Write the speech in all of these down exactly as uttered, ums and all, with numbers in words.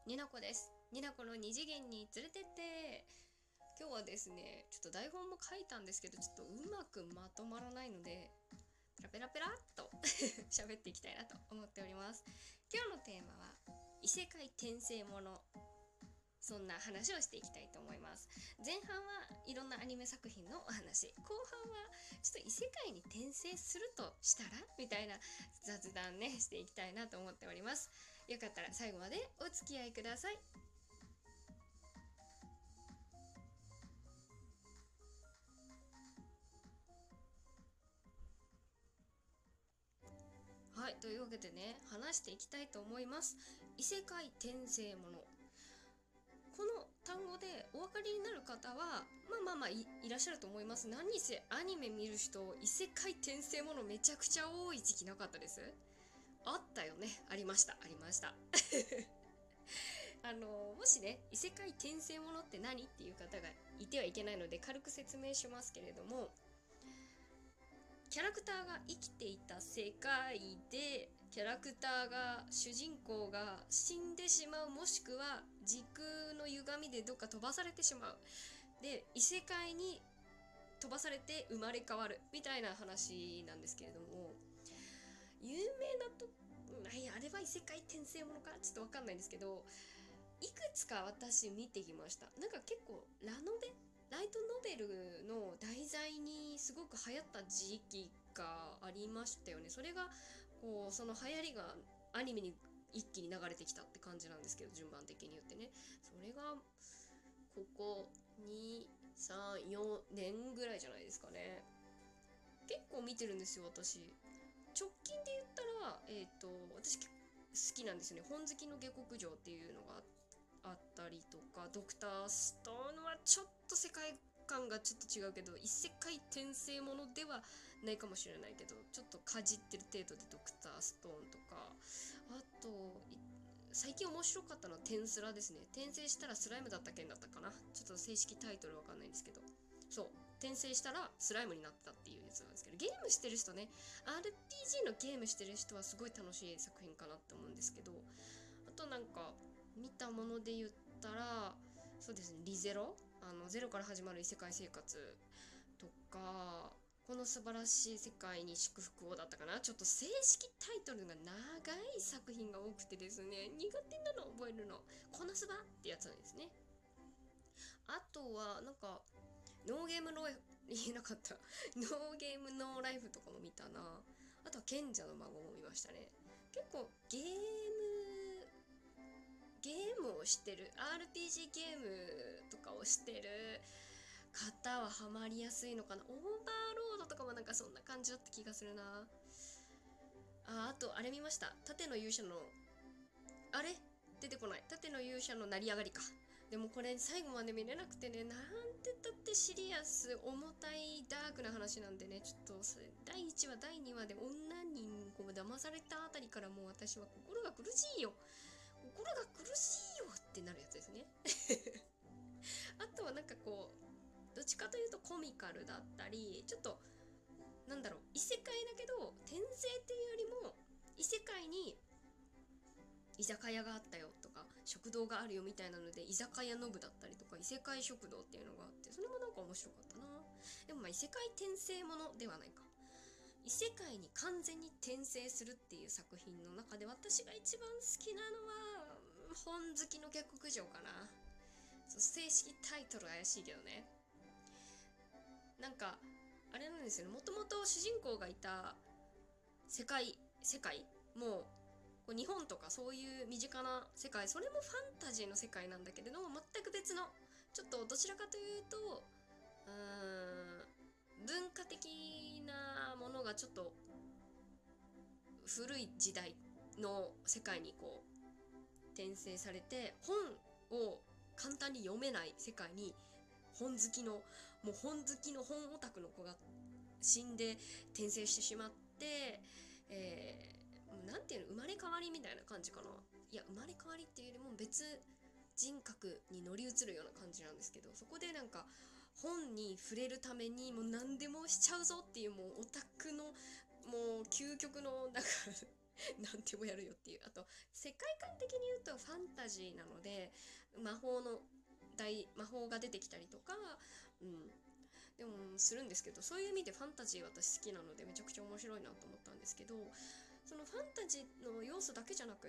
になこです。になこの二次元に連れてって。今日はですね、ちょっと台本も書いたんですけど、ちょっとうまくまとまらないので、ペラペラペラっと喋っていきたいなと思っております。今日のテーマは、異世界転生もの。そんな話をしていきたいと思います。前半はいろんなアニメ作品のお話、後半はちょっと異世界に転生するとしたらみたいな雑談ねしていきたいなと思っております。よかったら最後までお付き合いください。はい、というわけでね、話していきたいと思います。異世界転生もの。この単語でお分かりになる方は、まあまあまあ い, いらっしゃると思います。何せアニメ見る人、異世界転生ものめちゃくちゃ多い時期なかったです？あったよね。ありました。ありました。あの、もしね、異世界転生ものって何っていう方がいてはいけないので、軽く説明しますけれども、キャラクターが生きていた世界でキャラクターが主人公が死んでしまう、もしくは時空の歪みでどっか飛ばされてしまうで異世界に飛ばされて生まれ変わるみたいな話なんですけれども、有名だといやあれは異世界転生ものかちょっと分かんないんですけど、いくつか私見てきました。なんか結構ラノベライトノベルの題材にすごく流行った時期がありましたよね。それがこうその流行りがアニメに一気に流れてきたって感じなんですけど、順番的に言ってね、それがここにさんよねんぐらいじゃないですかね。結構見てるんですよ私。直近で言ったらえっ、ー、と私好きなんですよね。本好きの下克上っていうのがあったりとか、ドクターストーンはちょっと世界観がちょっと違うけど異世界転生ものではないかもしれないけど、ちょっとかじってる程度でドクターストーンとか、あと最近面白かったのはテンスラですね。転生したらスライムだった件だったかな、ちょっと正式タイトルわかんないんですけど、そう転生したらスライムになってたっていうやつなんですけど、ゲームしてる人ね、 アールピージー のゲームしてる人はすごい楽しい作品かなって思うんですけど、あとなんか見たもので言ったら、そうですね、リゼロ、あのゼロから始まる異世界生活とか、この素晴らしい世界に祝福をだったかな、ちょっと正式タイトルが長い作品が多くてですね、苦手なの覚えるの。このすばってやつなんですね。あとはなんかノーゲームロイフ、言えなかったノーゲームノーライフとかも見たな。あとは賢者の孫も見ましたね。結構ゲームゲームをしてる アールピージー ゲームとかをしてる方はハマりやすいのかな。オーバーロードとかもなんかそんな感じだった気がするな。ああとあれ見ました。盾の勇者のあれ出てこない。盾の勇者の成り上がりか。でもこれ最後まで見れなくてね、なんて言ったってシリアス重たいダークな話なんでね、ちょっとそれだいいちわだいにわで女にこう騙されたあたりからもう私は心が苦しいよ心が苦しいよってなるやつですね。あとはなんかこうどっちかというとコミカルだったり、ちょっとなんだろう、異世界だけど転生っていうよりも異世界に居酒屋があったよとか食堂があるよみたいなので、居酒屋の部だったりとか異世界食堂っていうのがあって、それもなんか面白かったな。でもまあ異世界転生ものではないか。異世界に完全に転生するっていう作品の中で私が一番好きなのは本好きの下克上かな。そう正式タイトル怪しいけどね。なんかあれなんですよね、もともと主人公がいた世界世界もこう日本とかそういう身近な世界、それもファンタジーの世界なんだけれども全く別の、ちょっとどちらかというとうーん文化的なものがちょっと古い時代の世界にこう転生されて、本を簡単に読めない世界に本好きのもう本好きの本オタクの子が死んで転生してしまって、えー、なんていうの、生まれ変わりみたいな感じかな。いや生まれ変わりっていうよりも別人格に乗り移るような感じなんですけど、そこでなんか本に触れるためにもう何でもしちゃうぞっていう、もうオタクのもう究極のなんかなんでもやるよっていう。あと世界観的に言うとファンタジーなので魔法の大魔法が出てきたりとか、うん、でもするんですけど、そういう意味でファンタジー私好きなのでめちゃくちゃ面白いなと思ったんですけど、そのファンタジーの要素だけじゃなくって、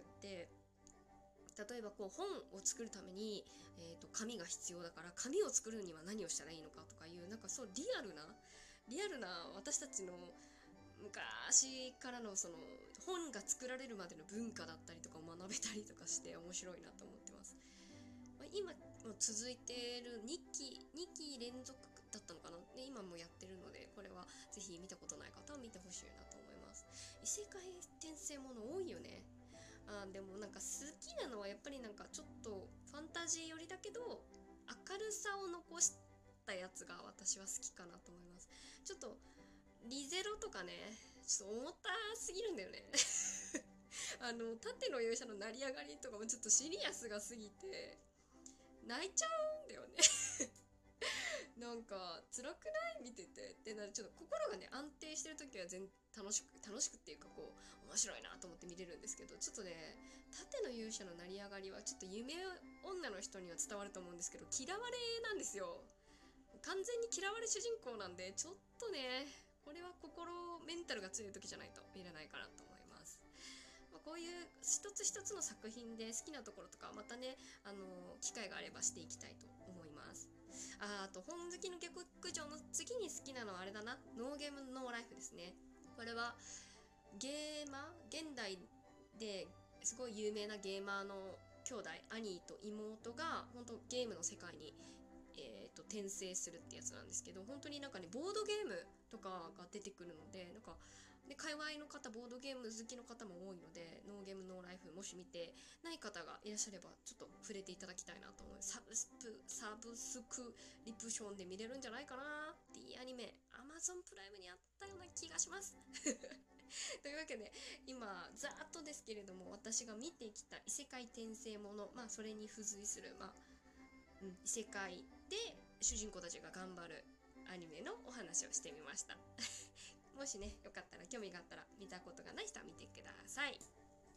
例えばこう本を作るために、えーと紙が必要だから紙を作るには何をしたらいいのかとかいう、なんかそうリアルなリアルな私たちの昔からのその本が作られるまでの文化だったりとかを学べたりとかして面白いなと思ってます。まあ、今も続いてるにきにき連続だったのかなで、今もやってるので、これはぜひ見たことない方は見てほしいなと思います。異世界転生もの多いよね。あでもなんか好きなのはやっぱりなんかちょっとファンタジー寄りだけど明るさを残したやつが私は好きかなと思います。ちょっとリゼロとかね、ちょっと重たすぎるんだよねあの盾の勇者の成り上がりとかもちょっとシリアスが過ぎて泣いちゃうんだよねなんか辛くない見ててってなる。ちょっと心がね安定してる時は全楽しく楽しくっていうかこう面白いなと思って見れるんですけど、ちょっとね盾の勇者の成り上がりはちょっと夢女の人には伝わると思うんですけど嫌われなんですよ。完全に嫌われ主人公なんで、ちょっとねこれは心メンタルが強い時じゃないと見れないかなと思います。まあ、こういう一つ一つの作品で好きなところとかまたね、あのー機会があればしていきたいと思います。ああと本好きの逆上の次に好きなのはあれだな、ノーゲームノーライフですね。これはゲーマー現代ですごい有名なゲーマーの兄弟兄と妹が本当ゲームの世界にえー、と転生するってやつなんですけど、本当になんかねボードゲームとかが出てくるので、なんかで界隈の方ボードゲーム好きの方も多いので、ノーゲームノーライフもし見てない方がいらっしゃればちょっと触れていただきたいなと思う。サブスプサブスクリプションで見れるんじゃないかな。 D アニメ Amazon プライムにあったような気がしますというわけで今ざーっとですけれども私が見てきた異世界転生もの、まあそれに付随するまあうん、異世界で主人公たちが頑張るアニメのお話をしてみましたもしねよかったら興味があったら見たことがない人は見てください。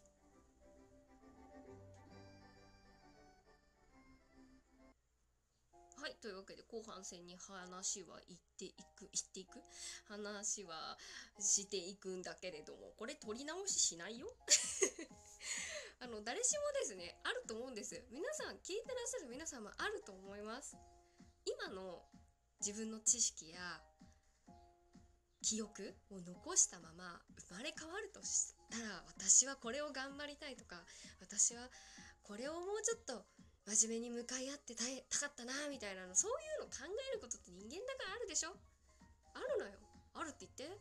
はい、というわけで後半戦に話は言っていく言っていく話はしていくんだけれども、これ撮り直ししないよあの誰しもですねあると思うんです。皆さん聞いてらっしゃる皆さんもあると思います。今の自分の知識や記憶を残したまま生まれ変わるとしたら、私はこれを頑張りたいとか、私はこれをもうちょっと真面目に向かい合ってたかったなみたいなの、そういうの考えることって人間だからあるでしょ。あるのよ。あるって言って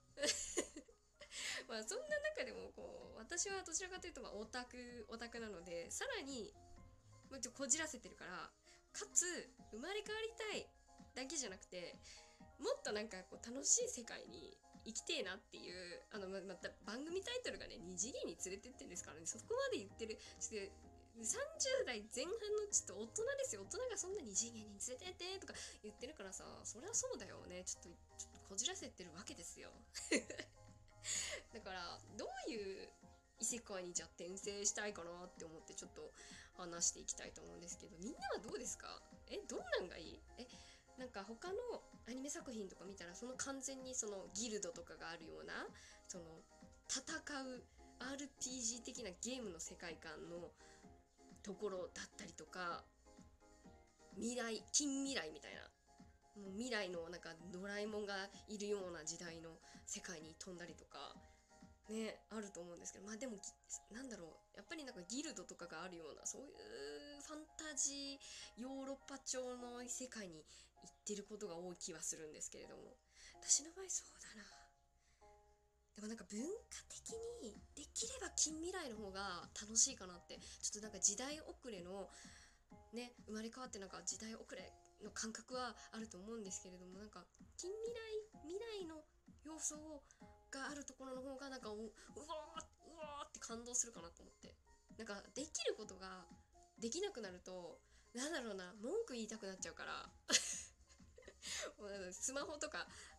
まあそんな中でもこう私はどちらかというとまあオタクオタクなので、さらにまあちょこじらせてるから、かつ生まれ変わりたいだけじゃなくて、もっとなんかこう楽しい世界に生きてえなっていう、あのままた番組タイトルがね二次元に連れてってんですからね、そこまで言ってるちょっとさんじゅう代前半のちょっと大人ですよ。大人がそんな二次元に連れてってとか言ってるからさ、そりゃそうだよね。ちょっとちょっとこじらせてるわけですよだからどういう異世界にじゃあ転生したいかなって思ってちょっと話していきたいと思うんですけど、みんなはどうですか？えどんなんがいい？えなんか他のアニメ作品とか見たらその完全にそのギルドとかがあるようなその戦う アールピージー 的なゲームの世界観のところだったりとか、未来近未来みたいな、もう未来のなんかドラえもんがいるような時代の世界に飛んだりとかねあると思うんですけど、まあでもなんだろう、やっぱりなんかギルドとかがあるようなそういうファンタジーヨーロッパ調の異世界に行ってることが多い気はするんですけれども、私の場合そうだな。でもなんか文化的にできれば近未来の方が楽しいかなって、ちょっとなんか時代遅れのね生まれ変わってなんか時代遅れの感覚はあると思うんですけれども、なんか近未来未来の要素をがあるところの方がなんかうわーうわーって感動するかなと思って、なんかできることができなくなるとなんだろうな文句言いたくなっちゃうからスマホとか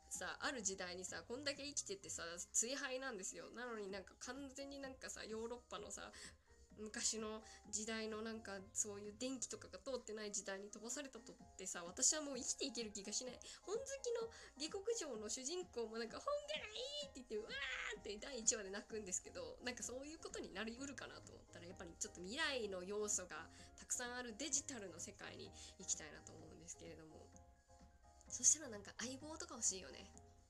さある時代にさこんだけ生きててさ追廃なんですよ。なのになんか完全になんかさヨーロッパのさ昔の時代のなんかそういう電気とかが通ってない時代に飛ばされたとってさ、私はもう生きていける気がしない。本好きの下克上の主人公もなんか本がないって言ってうわーってだいいちわで泣くんですけど、なんかそういうことになりうるかなと思ったらやっぱりちょっと未来の要素がたくさんあるデジタルの世界に行きたいなと思うんですけれども、そしたらなんか相棒とか欲しいよね。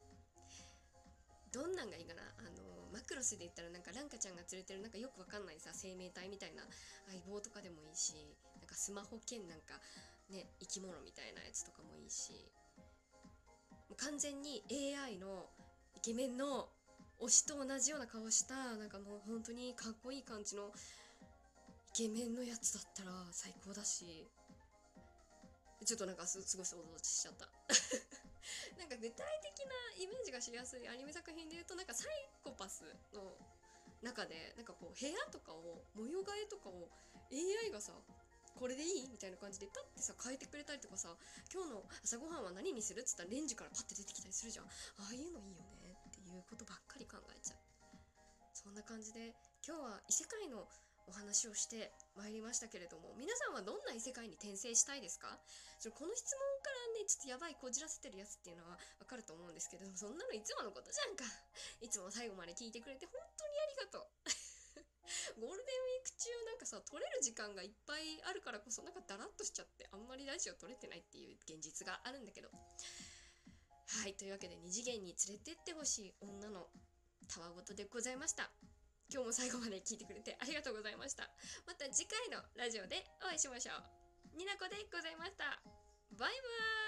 どんなんがいいかな。あのマクロスで言ったらなんかランカちゃんが連れてるなんかよくわかんないさ生命体みたいな相棒とかでもいいし、なんかスマホ兼なんかね生き物みたいなやつとかもいいし、もう完全に エーアイ のイケメンの推しと同じような顔したなんかもう本当にかっこいい感じのイケメンのやつだったら最高だし、ちょっとなんかすすごい想像しちゃったなんか具体的なイメージがしやすいアニメ作品でいうと、なんかサイコパスの中でなんかこう部屋とかを模様替えとかを エーアイ がさこれでいいみたいな感じでパッてさ変えてくれたりとかさ、今日の朝ごはんは何にするっつったらレンジからパッて出てきたりするじゃん。ああいうのいいよねっていうことばっかり考えちゃう。そんな感じで今日は異世界のお話をしてまいりましたけれども、皆さんはどんな異世界に転生したいですか？ちょこの質問からねちょっとやばいこじらせてるやつっていうのはわかると思うんですけども、そんなのいつものことじゃんか。いつも最後まで聞いてくれて本当にありがとうゴールデンウィーク中なんかさ撮れる時間がいっぱいあるからこそなんかダラッとしちゃってあんまりラジオ撮れてないっていう現実があるんだけど、はい、というわけで二次元に連れてってほしい女のたわごとでございました。今日も最後まで聞いてくれてありがとうございました。また次回のラジオでお会いしましょう。になこでございました。バイバーイ。